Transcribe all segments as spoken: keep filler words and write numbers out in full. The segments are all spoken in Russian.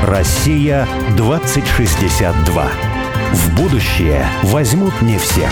Россия двадцать шестьдесят два. В будущее возьмут не всех.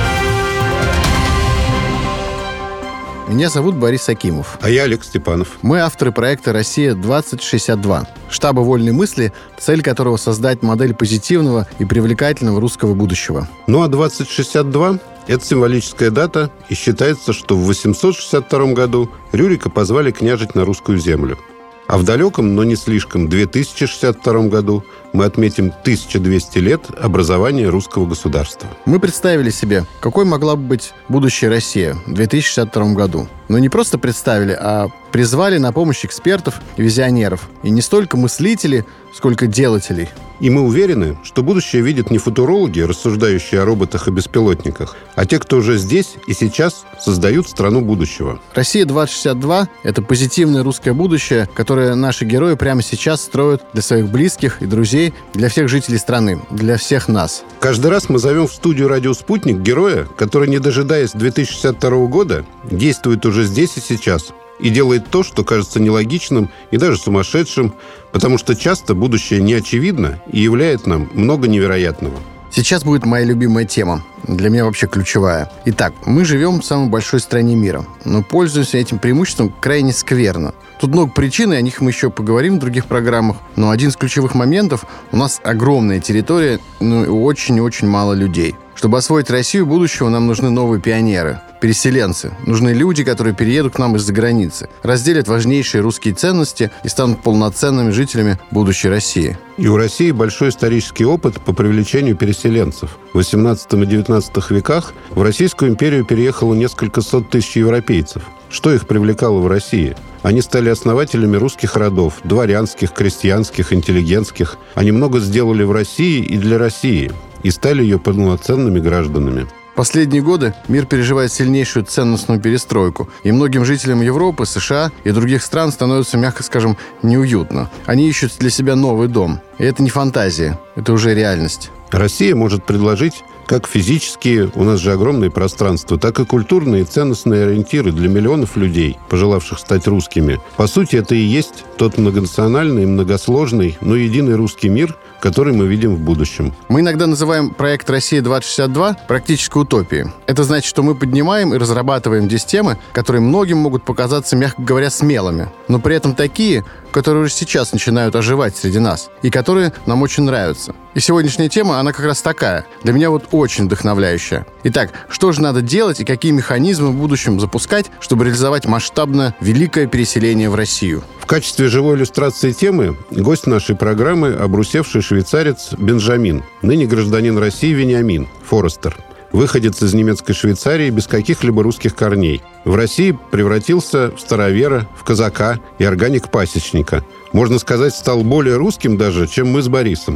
Меня зовут Борис Акимов. А я Олег Степанов. Мы авторы проекта «Россия двадцать шестьдесят два», штаба вольной мысли, цель которого — создать модель позитивного и привлекательного русского будущего. Ну а двадцать шестьдесят два – это символическая дата, и считается, что в восемьсот шестьдесят втором году Рюрика позвали княжить на русскую землю. А в далеком, но не слишком, две тысячи шестьдесят втором году мы отметим тысяча двести лет образования русского государства. Мы представили себе, какой могла бы быть будущая Россия в две тысячи шестьдесят втором году. Но не просто представили, а призвали на помощь экспертов и визионеров. И не столько мыслителей, сколько делателей. И мы уверены, что будущее видят не футурологи, рассуждающие о роботах и беспилотниках, а те, кто уже здесь и сейчас создают страну будущего. «Россия двадцать шестьдесят два» — это позитивное русское будущее, которое наши герои прямо сейчас строят для своих близких и друзей, для всех жителей страны, для всех нас. Каждый раз мы зовем в студию «Радио Спутник» героя, который, не дожидаясь две тысячи шестьдесят второго года, действует уже здесь и сейчас и делает то, что кажется нелогичным и даже сумасшедшим, потому что часто будущее не очевидно и являет нам много невероятного. Сейчас будет моя любимая тема, для меня вообще ключевая. Итак, мы живем в самой большой стране мира, но пользуемся этим преимуществом крайне скверно. Тут много причин, и о них мы еще поговорим в других программах, но один из ключевых моментов — у нас огромная территория, ну и очень-очень мало людей. Чтобы освоить Россию будущего, нам нужны новые пионеры, переселенцы. Нужны люди, которые переедут к нам из-за границы, разделят важнейшие русские ценности и станут полноценными жителями будущей России. И у России большой исторический опыт по привлечению переселенцев. В восемнадцатом и девятнадцатом веках в Российскую империю переехало несколько сот тысяч европейцев. Что их привлекало в России? Они стали основателями русских родов, дворянских, крестьянских, интеллигентских. Они много сделали в России и для России, и стали ее полноценными гражданами. Последние годы мир переживает сильнейшую ценностную перестройку, и многим жителям Европы, США и других стран становится, мягко скажем, неуютно. Они ищут для себя новый дом. И это не фантазия, это уже реальность. Россия может предложить как физические, у нас же огромные пространства, так и культурные и ценностные ориентиры для миллионов людей, пожелавших стать русскими. По сути, это и есть тот многонациональный, многосложный, но единый русский мир, который мы видим в будущем. Мы иногда называем проект «Россия двадцать шестьдесят два» практической утопией. Это значит, что мы поднимаем и разрабатываем здесь темы, которые многим могут показаться, мягко говоря, смелыми, но при этом такие, которые уже сейчас начинают оживать среди нас, и которые нам очень нравятся. И сегодняшняя тема, она как раз такая. Для меня вот очень вдохновляющая. Итак, что же надо делать и какие механизмы в будущем запускать, чтобы реализовать масштабное великое переселение в Россию? В качестве живой иллюстрации темы гость нашей программы — обрусевший швейцарец Бенджамин, ныне гражданин России Вениамин Форестер. Выходец из немецкой Швейцарии без каких-либо русских корней. В России превратился в старовера, в казака и органик-пасечника. Можно сказать, стал более русским даже, чем мы с Борисом.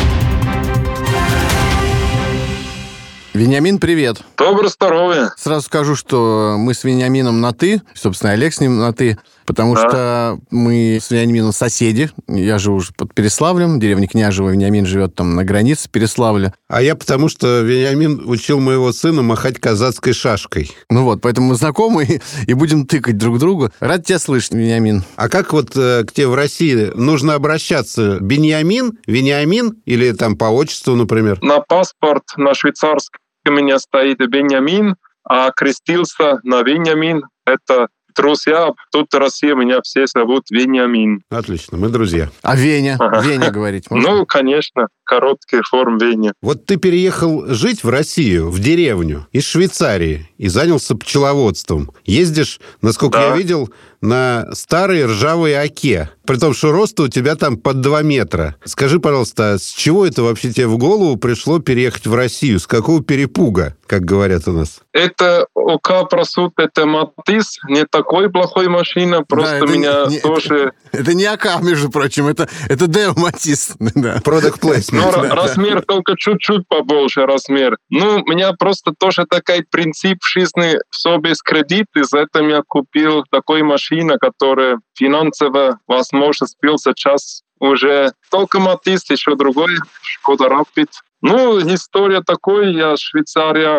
Вениамин, привет. Доброе здоровье. Сразу скажу, что мы с Вениамином на «ты», собственно, Олег с ним на «ты», потому да. что мы с Вениамином соседи. Я живу уже под Переславлем, в деревне Княжево. Вениамин живет там на границе Переславля. А я потому, что Вениамин учил моего сына махать казацкой шашкой. Ну вот, поэтому мы знакомы и, и будем тыкать друг другу. Рад тебя слышать, Вениамин. А как вот э, к тебе в России нужно обращаться? Беньямин, Вениамин или там по отчеству, например? На паспорт на швейцарском у меня стоит Беньямин, а крестился на Вениамин. Это друзья. Тут в России меня все зовут Вениамин. Отлично, мы друзья. А Веня? Ага. Веня говорить можно? Ну, конечно, короткая форма Веня. Вот ты переехал жить в Россию, в деревню, из Швейцарии, и занялся пчеловодством. Ездишь, насколько да. я видел, на старой ржавой оке. При том, что рост у тебя там под два метра. Скажи, пожалуйста, с чего это вообще тебе в голову пришло переехать в Россию? С какого перепуга, как говорят у нас? Это ока просут, это Матис, не такой плохой машина, просто да, меня не, тоже... Это, это не ока, между прочим, это, это Део Матис. Да. Product placement. Но да, размер да. только чуть-чуть побольше размер. Ну, у меня просто тоже такой принцип в жизни, все без кредита, из-за этого я купил такую машину, которая финансово возможно был сейчас уже только Матис, еще другой, Шкода Рапид. Ну, история такой, я Швейцария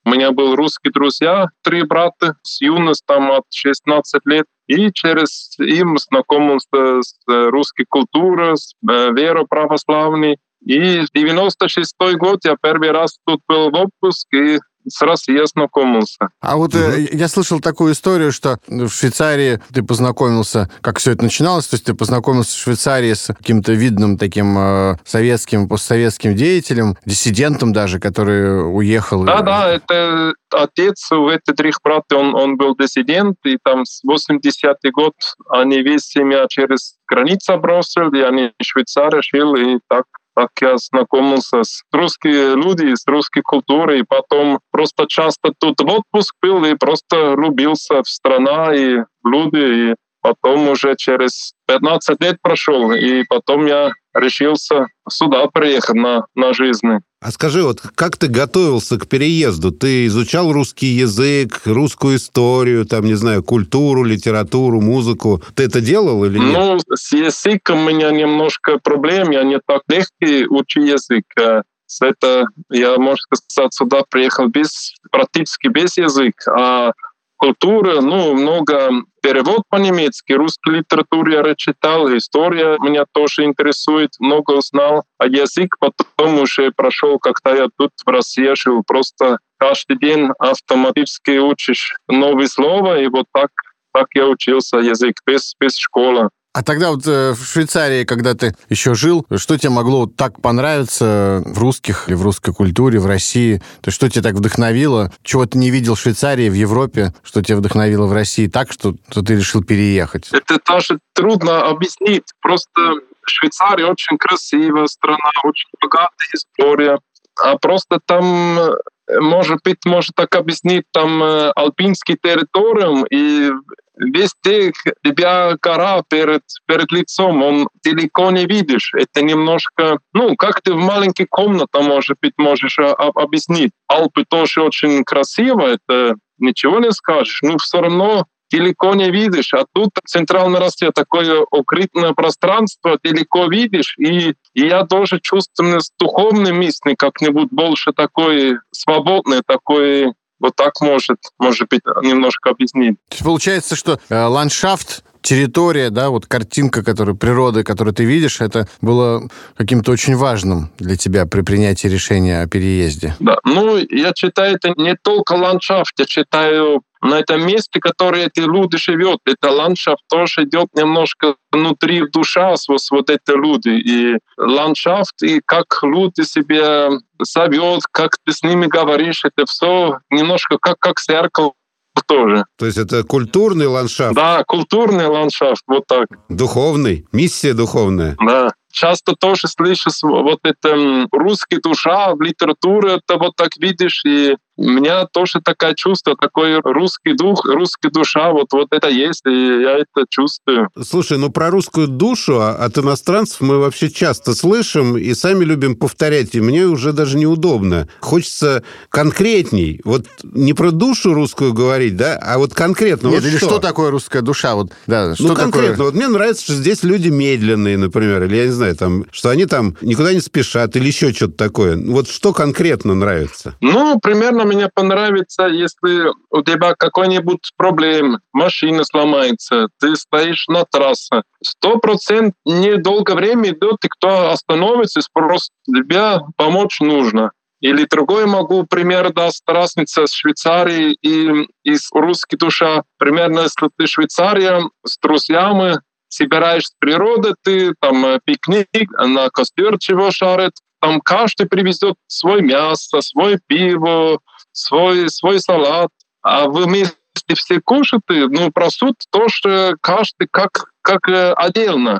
У меня был русские друзья, три брата с юности, там от шестнадцати лет. И через им знакомился с русской культурой, с верой православной. И в девяносто шестой год я первый раз тут был в отпуск и с Россией знакомился. А вот угу. э, я слышал такую историю, что в Швейцарии ты познакомился, как все это начиналось, то есть ты познакомился в Швейцарии с каким-то видным таким э, советским, постсоветским деятелем, диссидентом даже, который уехал. Да-да, это отец у этих трех братьев, он, он был диссидент, и там с восьмидесятый год они весь семья через границу бросили, и они в Швейцарии жили, и так Так я знакомился с русскими людьми, с русской культурой, и потом просто часто тут в отпуск был и просто влюбился в страну и в люди, и потом уже через пятнадцать лет прошел, и потом я решился сюда приехать на, на жизнь. А скажи, вот как ты готовился к переезду? Ты изучал русский язык, русскую историю, там, не знаю, культуру, литературу, музыку. Ты это делал или нет? Ну, с языком у меня немножко проблем. Я не так легкий учу язык. С это я, можно сказать, сюда приехал без, практически без языка. А культура, ну, много перевод по-немецки, русскую литературу я читал, история меня тоже интересует, много узнал. А язык потом уже прошел, когда я тут в России жил, просто каждый день автоматически учишь новые слова, и вот так, так я учился язык без, без школы. А тогда вот э, в Швейцарии, когда ты еще жил, что тебе могло так понравиться в русских или в русской культуре, в России? То есть что тебя так вдохновило? Чего ты не видел в Швейцарии, в Европе, что тебя вдохновило в России так, что, что ты решил переехать? Это даже трудно объяснить. Просто Швейцария очень красивая страна, очень богатая история. А просто там, может быть, можно так объяснить, там альпийский территориум, и везде тебя гора перед, перед лицом, он далеко не видишь. Это немножко, ну, как ты в маленькой комнате, может быть, можешь объяснить. Алпы тоже очень красиво, это ничего не скажешь, но все равно далеко не видишь. А тут в Центральной России такое укрытное пространство, далеко видишь, и, и я тоже чувствую с духовным местом как-нибудь больше такой свободный, такой. Вот так может, может быть, немножко объяснить. То есть получается, что э, ландшафт, территория, да, вот картинка, которую, природы, которую ты видишь, это было каким-то очень важным для тебя при принятии решения о переезде. Да, ну, я считаю, это не только ландшафт, я считаю, на этом месте, которое эти люди живут, это ландшафт тоже идет немножко внутри, в душа с вот эти люди. И ландшафт, и как люди себя зовут, как ты с ними говоришь, это все немножко как, как зеркало тоже. То есть это культурный ландшафт? Да, культурный ландшафт, вот так. Духовный, миссия духовная. Да. Часто тоже слышишь вот это русская душа в литературе, это вот так видишь, и у меня тоже такое чувство, такой русский дух, русская душа, вот, вот это есть, и я это чувствую. Слушай, ну про русскую душу от иностранцев мы вообще часто слышим и сами любим повторять, и мне уже даже неудобно. Хочется конкретней. Вот не про душу русскую говорить, да, а вот конкретно. Нет, вот или что? что такое русская душа? Вот, да, что ну, конкретно. Такое? Вот мне нравится, что здесь люди медленные, например, или я не знаю, там, что они там никуда не спешат или еще что-то такое. Вот что конкретно нравится? Ну, примерно мне понравится, если у тебя какой-нибудь проблем, машина сломается, ты стоишь на трассе. Сто процентов недолго время идет, и кто остановится, просто тебе помочь нужно. Или другой могу пример даст разница с Швейцарией и, и с русской душа. Примерно, если ты Швейцария с друзьями, собираешь с природы, ты там пикник, на костер чего шарит, там каждый привезет свое мясо, свое пиво, свой, свой салат, а вы вместе все кушаете, ну, про суд тоже каждый как, как отдельно.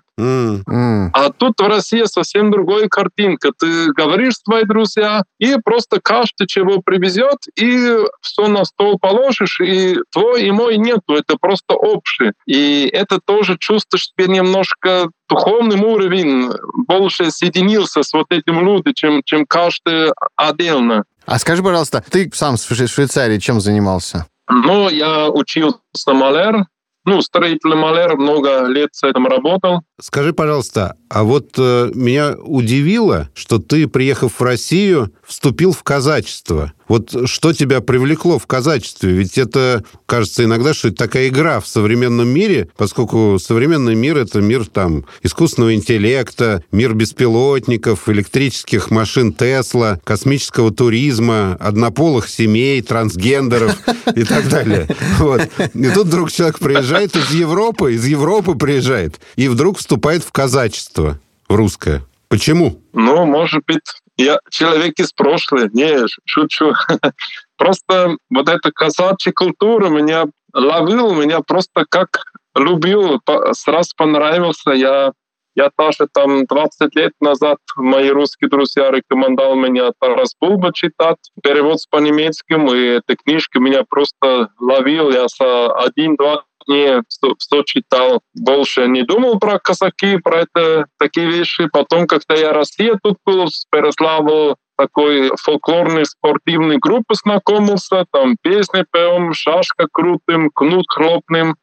Mm. А тут в России совсем другая картинка. Ты говоришь своим друзьям, и просто каждый чего привезет, и все на стол положишь, и твой и мой нету, это просто общее. И это тоже чувствуешь себе немножко духовным уровень, больше соединился с вот этим людям, чем, чем каждый отдельно. А скажи, пожалуйста, ты сам в Швейцарии чем занимался? Ну, я учился маляр, ну, строительный маляр, много лет с этим работал. Скажи, пожалуйста, а вот э, меня удивило, что ты, приехав в Россию, вступил в казачество. Вот что тебя привлекло в казачестве? Ведь это, кажется иногда, что это такая игра в современном мире, поскольку современный мир — это мир там искусственного интеллекта, мир беспилотников, электрических машин Тесла, космического туризма, однополых семей, трансгендеров и так далее. Вот. И тут вдруг человек приезжает из Европы, из Европы приезжает, и вдруг вступает в казачество, в русское. Почему? Ну, может быть, я человек из прошлого. Не, шучу. Просто вот эта казачья культура меня ловила, меня просто как любил, сразу понравился. Я, я даже там двадцать лет назад мои русские друзья рекомендовали меня Тарас Бульба читать, перевод с по-немецкому, и эта книжка меня просто ловила. Я за один-два не все читал, больше не думал про казаки, про это, такие вещи. Потом, когда я Россия тут был, с Переславом, такой фольклорной спортивной группы знакомился, там песни пьем, шашка крутым, кнут хлопным,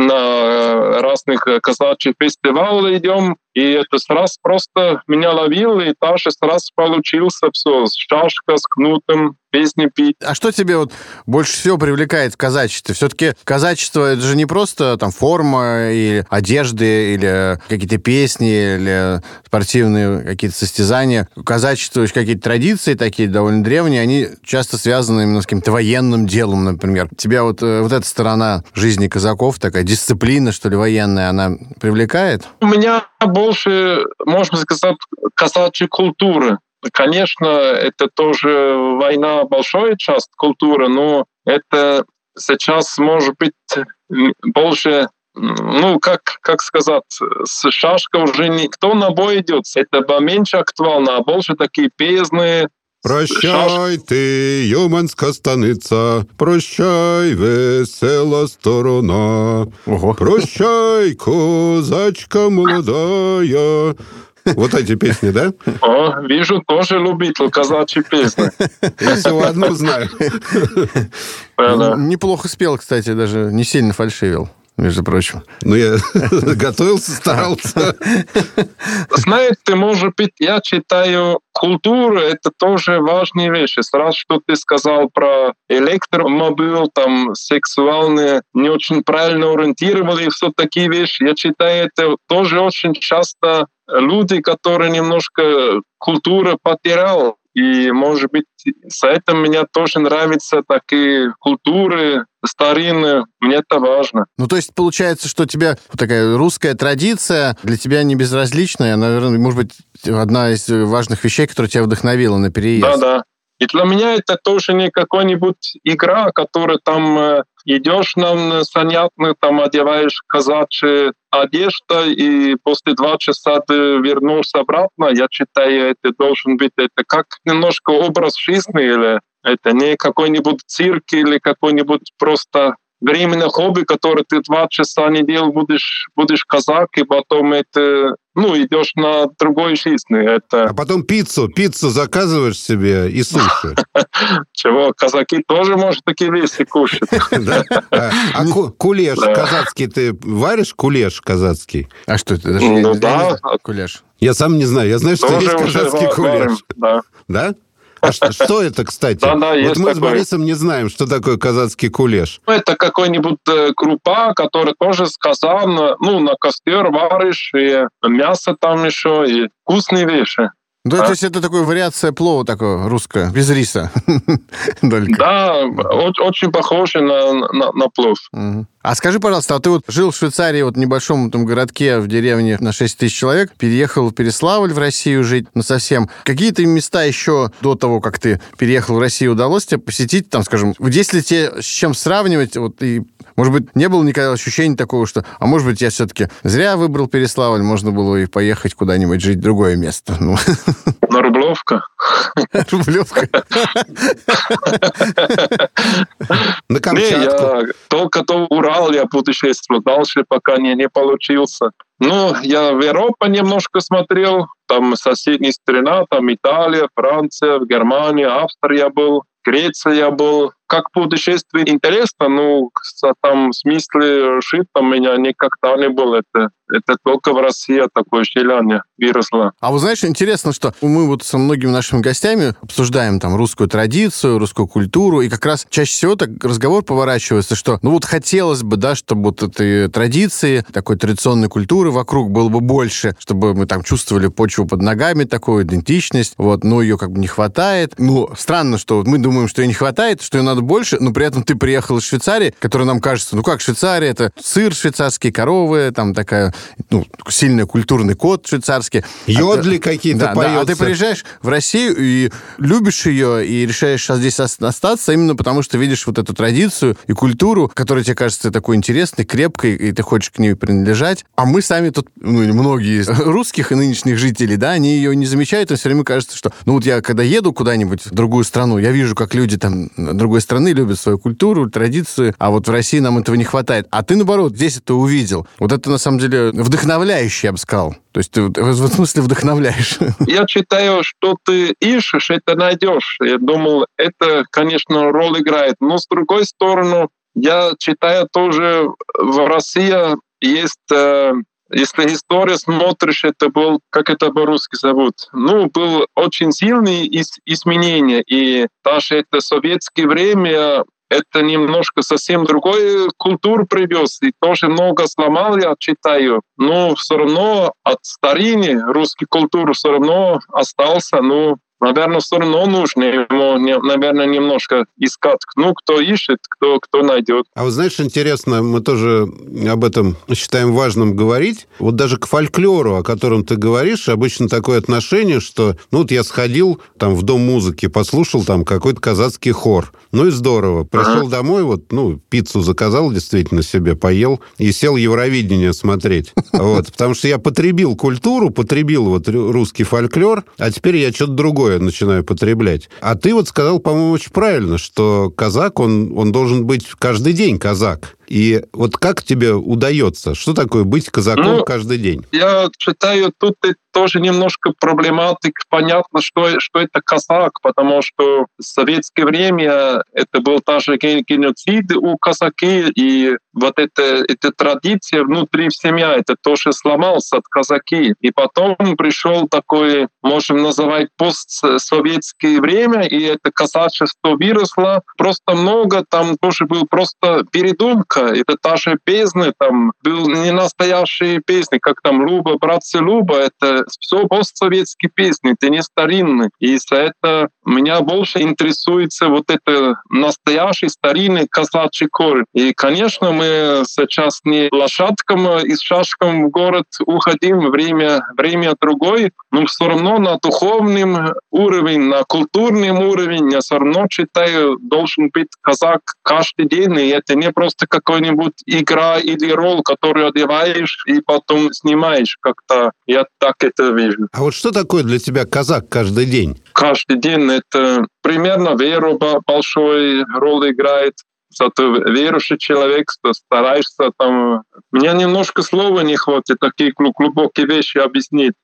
на разных казачьих фестивалях идем, и это сразу просто меня ловило, и даже сразу получился все, с шашкой, с кнутом, песни пить. А что тебе вот больше всего привлекает в казачестве? Все-таки казачество — это же не просто там форма или одежды, или какие-то песни, или спортивные какие-то состязания. Казачество, какие-то традиции такие довольно древние, они часто связаны именно с каким-то военным делом, например. Тебя вот, вот эта сторона жизни казаков, такая дисциплина, что ли, военная, она привлекает? У меня больше, можно сказать, казачья культура. Конечно, это тоже война, большая часть культуры, но это сейчас, может быть, больше, ну, как, как сказать, с шашкой уже никто на бой идет. Это поменьше актуально, а больше такие песни. Прощай ти, Юманська станиця, прощай, весела сторона, Ого. Прощай, козачка молодая. Вот эти песни, да? О, вижу, тоже любитель казачьей песни. Я всего одну знаю. Неплохо спел, кстати, даже не сильно фальшивил, между прочим. Ну, я готовился, старался. Знаете, может быть, я читаю культуру, это тоже важные вещи. Сразу, что ты сказал про электромобиль, там, сексуальные, не очень правильно ориентировали, все такие вещи. Я читаю это тоже очень часто люди, которые немножко культуру потерял. И, может быть, с этим мне тоже нравятся такие культуры старинные. Мне это важно. Ну, то есть, получается, что у тебя такая русская традиция для тебя не безразличная, наверное, может быть, одна из важных вещей, которая тебя вдохновила на переезд. Да-да. И для меня это тоже не какая-нибудь игра, которая там э, идешь на санятны, там одеваешь казачьи одежда, и после два часа ты вернулся обратно. Я считаю, это должен быть это как немножко образ жизни, или это не какой-нибудь цирк, или какой-нибудь просто временное хобби, которое ты два часа неделю будешь, будешь казак, и потом это, ну, идешь на другой жизни. Это... А потом пиццу, пиццу заказываешь себе и суши. Чего, казаки тоже, может, такие вещи кушать. А кулеш казацкий ты варишь? Кулеш казацкий? А что это? Ну да. Кулеш. Я сам не знаю. Я знаю, что есть казацкий кулеш. Да? А что, что это, кстати? Да, да, вот мы такой. с Борисом не знаем, что такое казацкий кулеш. Это какой-нибудь э, крупа, которая тоже с казана, ну, на костер варишь, и мясо там еще, и вкусные вещи. Да, а? То есть это такая вариация плова такого русская, без риса. Да, очень похоже на плов. А скажи, пожалуйста, а ты вот жил в Швейцарии, вот в небольшом там городке, в деревне на шесть тысяч человек, переехал в Переславль в Россию жить, ну, совсем. Какие-то места еще до того, как ты переехал в Россию, удалось тебе посетить, там, скажем, если тебе с чем сравнивать, вот, и, может быть, не было никогда ощущения такого, что, а может быть, я все-таки зря выбрал Переславль, можно было и поехать куда-нибудь жить в другое место. Ну. На Рублевка. Рублевка. На Камчатку. Не, я только до Урал я путешествовал, дальше пока не, не получился. Ну, я в Европу немножко смотрел, там соседние страны, там Италия, Франция, Германия, Австрия был, Греция был, как путешествие интересно, но там в смысле жить там у меня никогда не было. Это, это только в России такое желание выросло. А вы знаешь, интересно, что мы вот со многими нашими гостями обсуждаем там русскую традицию, русскую культуру, и как раз чаще всего так разговор поворачивается, что ну вот хотелось бы, да, чтобы вот этой традиции, такой традиционной культуры вокруг было бы больше, чтобы мы там чувствовали почву под ногами, такую идентичность, вот, но ее как бы не хватает. Ну, странно, что вот мы думаем, что ее не хватает, что ее надо больше, но при этом ты приехал из Швейцарии, которая нам кажется, ну как Швейцария, это сыр швейцарский, коровы, там такая, ну, сильный культурный код швейцарский. Йодли а, какие-то да, поются. Да, а ты приезжаешь в Россию и любишь ее, и решаешь здесь остаться именно потому, что видишь вот эту традицию и культуру, которая тебе кажется такой интересной, крепкой, и ты хочешь к ней принадлежать. А мы сами тут, ну, или многие из русских и нынешних жителей, да, они ее не замечают, и все время кажется, что, ну, вот я когда еду куда-нибудь в другую страну, я вижу, как люди там другой страны любят свою культуру, традицию, а вот в России нам этого не хватает. А ты, наоборот, здесь это увидел. Вот это, на самом деле, вдохновляюще, я бы сказал. То есть ты в смысле вдохновляешь. Я считаю, что ты ищешь, это найдешь. Я думал, это, конечно, роль играет. Но, с другой стороны, я считаю тоже, в России есть... Если историю смотришь, это был, как это по-русски зовут, ну, был очень сильный из- изменения. И даже это советское время, это немножко совсем другой культуру привез. И тоже много сломал, я считаю. Но все равно от старины русской культуры все равно остался, ну, наверное, все равно нужно ему, наверное, немножко искать. Ну, кто ищет, кто, кто найдет. А вот знаешь, интересно, мы тоже об этом считаем важным говорить. Вот даже к фольклору, о котором ты говоришь, обычно такое отношение, что, ну, вот я сходил там в дом музыки, послушал там какой-то казацкий хор. Ну и здорово. Пришел ага. домой, вот, ну, пиццу заказал действительно себе, поел и сел Евровидение смотреть. Вот, потому что я потребил культуру, потребил вот русский фольклор, а теперь я что-то другое начинаю потреблять. А ты вот сказал, по-моему, очень правильно, что казак, он, он должен быть каждый день казак. И вот как тебе удается? Что такое быть казаком ну, каждый день? Я считаю, тут тоже немножко проблематик. Понятно, что, что это казак, потому что в советское время это был даже геноцид у казаки, и вот эта, эта традиция внутри семьи, это тоже сломался от казаки. И потом пришел такой, можем называть, постсоветское время, и это казачество выросло. Просто много, там тоже был просто передумка. Это та же песня, там был не настоящие песни, как там «Люба, братцы, Люба», это все постсоветские песни, это не старинные. И из-за этого меня больше интересуется вот это настоящий старинный казачий корень. И, конечно, мы сейчас не лошадкам и с шашком в город уходим, время, время другое, но все равно на духовном уровне, на культурном уровне, я все равно считаю, должен быть казак каждый день, и это не просто какой-нибудь игра или роль, которую одеваешь и потом снимаешь как-то. Я так это вижу. А вот что такое для тебя казак каждый день? Каждый день это примерно веру большой роль играет. Зато верующий человек, что стараешься там... Мне немножко слова не хватит, такие глубокие вещи объяснить.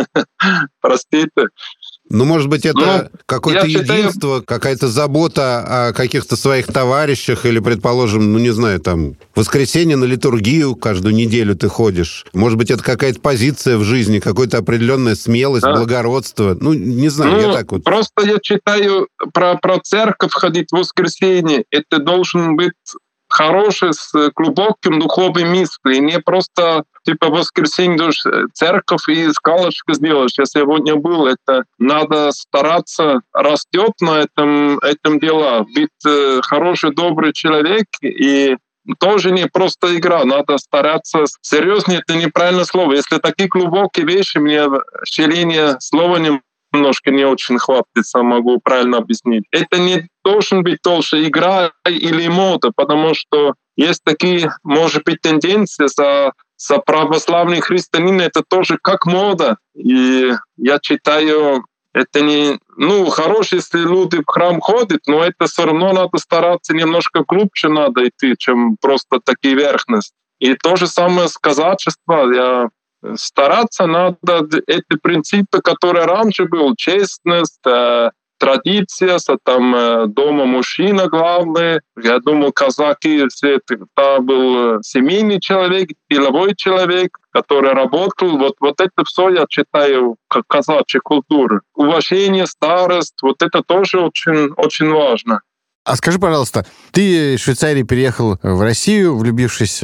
Простите. Ну, может быть, это ну, какое-то единство, считаю... какая-то забота о каких-то своих товарищах или, предположим, ну, не знаю, там, воскресенье на литургию каждую неделю ты ходишь. Может быть, это какая-то позиция в жизни, какая-то определенная смелость, да. благородство. Ну, не знаю, ну, я так вот... Просто я читаю про, про церковь ходить в воскресенье. Это должен быть хороший, с глубоким духовным мыслью. Не просто типа в воскресенье идешь в церковь и с галочкой сделаешь. Я сегодня был, это надо стараться, растет на этом, этом дело, быть э, хороший, добрый человек, и тоже не просто игра, надо стараться. Серьезно, это неправильное слово. Если такие глубокие вещи, мне ощущение слова не немножко не очень хватится, могу правильно объяснить. Это не должен быть тоже игра или мода, потому что есть такие, может быть, тенденции за, за православный христианин, это тоже как мода. И я считаю, это не... Ну, хорошо, если люди в храм ходят, но это все равно надо стараться, немножко глубже надо идти, чем просто такие верхности. И то же самое с казачеством. Я стараться надо эти принципы, которые раньше были, честность, традиция, там дома мужчина главный. Я думал, казаки, все это был семейный человек, деловой человек, который работал. Вот, вот это все я читаю как казачья культура. Уважение, старость, вот это тоже очень, очень важно. А скажи, пожалуйста, ты из Швейцарии переехал в Россию, влюбившись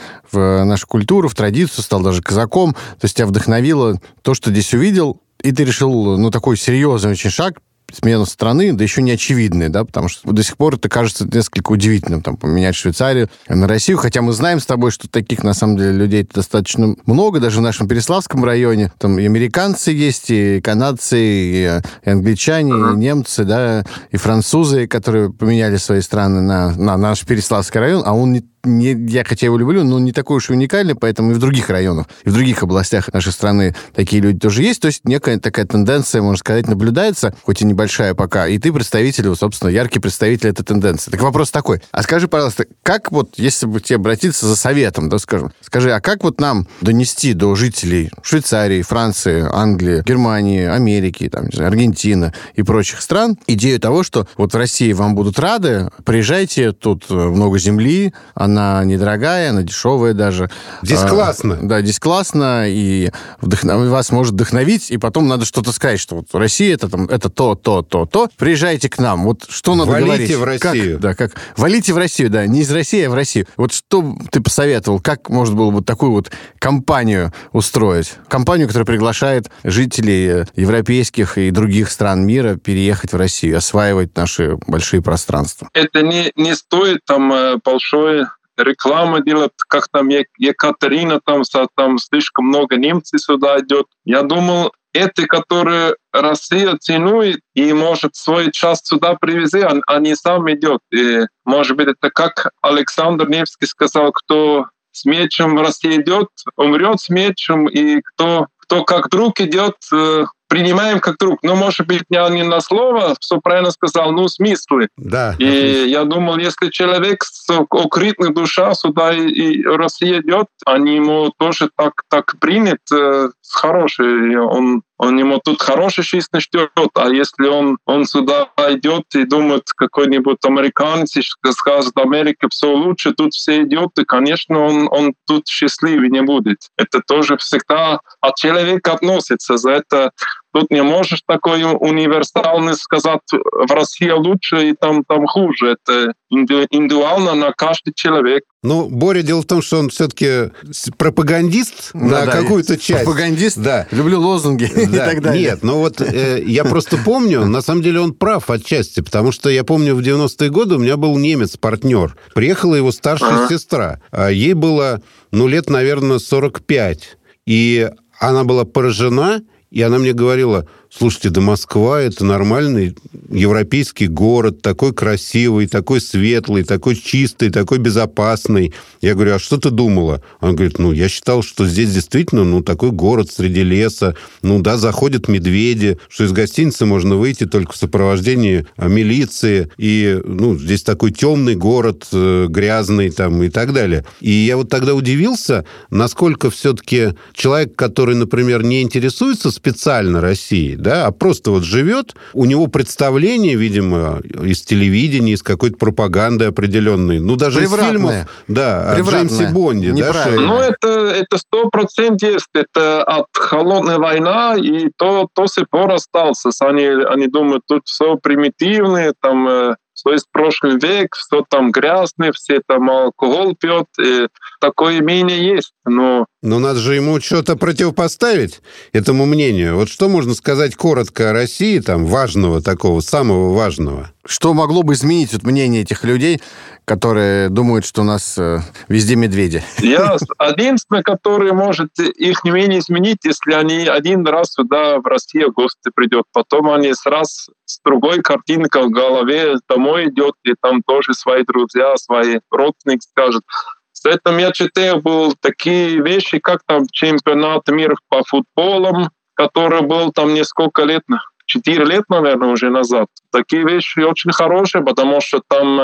в нашу культуру, в традицию, стал даже казаком. То есть тебя вдохновило то, что здесь увидел, и ты решил, ну, такой серьезный очень шаг, смену страны, да еще не очевидный, да, потому что до сих пор это кажется несколько удивительным, там, поменять Швейцарию на Россию, хотя мы знаем с тобой, что таких, на самом деле, людей достаточно много, даже в нашем Переславском районе, там и американцы есть, и канадцы, и, и англичане, и немцы, да, и французы, которые поменяли свои страны на, на наш Переславский район, а он не Не, я хотя его люблю, но не такой уж и уникальный, поэтому и в других районах, и в других областях нашей страны такие люди тоже есть. То есть некая такая тенденция, можно сказать, наблюдается, хоть и небольшая пока, и ты представитель, собственно, яркий представитель этой тенденции. Так вопрос такой. А скажи, пожалуйста, как вот, если бы тебе обратиться за советом, да, скажем, скажи, а как вот нам донести до жителей Швейцарии, Франции, Англии, Германии, Америки, там, не знаю, Аргентины и прочих стран идею того, что вот в России вам будут рады, приезжайте, тут много земли, она Она недорогая, она дешевая даже. Здесь а, классно. Да, здесь классно, и вдохнов... вас может вдохновить, и потом надо что-то сказать, что вот Россия это, там, это то, то, то, то. Приезжайте к нам. Вот что надо Валите говорить? в Россию. Как, да, как? Валите в Россию, да. Не из России, а в Россию. Вот что ты посоветовал? Как можно было вот такую вот компанию устроить? Компанию, которая приглашает жителей европейских и других стран мира переехать в Россию, осваивать наши большие пространства. Это не, не стоит там большой реклама делать, как там Екатерина, там, там слишком много немцев сюда идет. Я думал, эти, которые Россия ценует и может свой час сюда привезти, они сами идут. И, может быть, это как Александр Невский сказал, кто с мечем в России идет, умрет с мечем, и кто, кто как друг идет, принимаем как друг. Но, может быть, не, не на слово, все правильно сказал, но смыслы. Да. И отлично. Я думал, если человек с укрытной душа сюда и, и Россия идет, они ему тоже так, так принят, э, хороший. Он, он ему тут хорошая жизнь ждет. А если он, он сюда идет и думает, какой-нибудь американец скажет, Америка все лучше, тут все идет, и, конечно, он, он тут счастливый не будет. Это тоже всегда от человека относится. За это тут не можешь такой универсальный сказать, в России лучше и там, там хуже. Это индивидуально на каждый человек. Ну, Боря, дело в том, что он все-таки пропагандист да, на да, какую-то часть. Пропагандист? Да. Люблю лозунги да. и так далее. Нет, ну вот э, я просто помню, на самом деле он прав отчасти, потому что я помню, в девяностые годы у меня был немец-партнер. Приехала его старшая ага. сестра. Ей было, ну, лет, наверное, сорок пять. И она была поражена, и она мне говорила, слушайте, да Москва – это нормальный европейский город, такой красивый, такой светлый, такой чистый, такой безопасный. Я говорю, а что ты думала? Она говорит, ну, я считал, что здесь действительно, ну, такой город среди леса, ну, да, заходят медведи, что из гостиницы можно выйти только в сопровождении милиции, и, ну, здесь такой темный город, грязный там и так далее. И я вот тогда удивился, насколько все-таки человек, который, например, не интересуется специально Россией, да, а просто вот живет, у него представление, видимо, из телевидения, из какой-то пропаганды определенной, ну, даже из фильмов, да, о Джеймсе Бонде. Да, ну, это, это сто процентов есть. Это от холодной войны, и то до сих пор остался. Они, они думают, тут все примитивное, там, все из прошлый век, все там грязное, все там алкоголь пьет. И такое мнение есть, но... Но надо же ему что-то противопоставить этому мнению. Вот что можно сказать коротко о России, там, важного такого, самого важного? Что могло бы изменить вот мнение этих людей, которые думают, что у нас э, везде медведи? Я единственный, который может их мнение изменить, если они один раз сюда, в Россию, в гости придет. Потом они сразу с другой картинкой в голове домой идет, и там тоже свои друзья, свои родственники скажут. С этим я читал, был такие вещи, как там чемпионат мира по футболу, который был там несколько лет, четыре лет, наверное, уже назад. Такие вещи очень хорошие, потому что там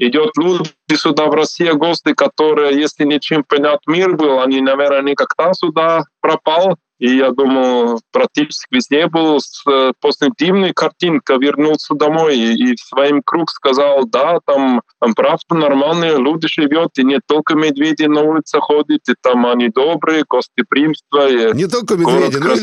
идет люди сюда, в Россию, гости, которые, если ничем понят мир был, они, наверное, никогда сюда пропал. И я думаю, практически везде был с позитивной картинкой, вернулся домой и, и в своим круг сказал, да, там, там правда нормальные люди живут, и не только медведи на улице ходят, и там они добрые, гостеприимство. Не только медведи, но и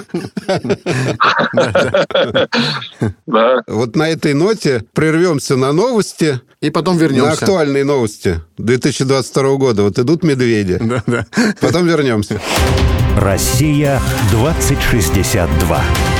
люди. Да. Вот на этой ноте прервемся на новости. И потом вернемся. На актуальные новости две тысячи двадцать второго года. Вот идут медведи. Да, да. Потом вернемся. Россия двадцать шестьдесят два.